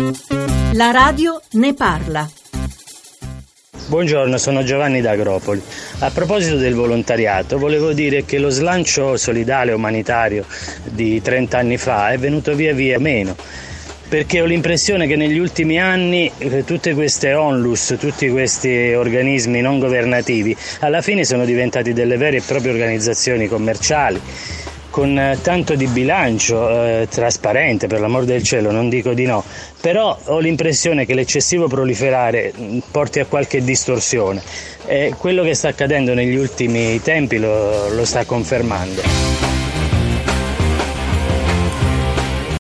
La radio ne parla. Buongiorno, sono Giovanni da Agropoli. A proposito del volontariato, volevo dire che lo slancio solidale umanitario di 30 anni fa è venuto via via meno, perché ho l'impressione che negli ultimi anni tutte queste onlus, tutti questi organismi non governativi, alla fine sono diventati delle vere e proprie organizzazioni commerciali, con tanto di bilancio trasparente, per l'amor del cielo, non dico di no, però ho l'impressione che l'eccessivo proliferare porti a qualche distorsione e quello che sta accadendo negli ultimi tempi lo sta confermando.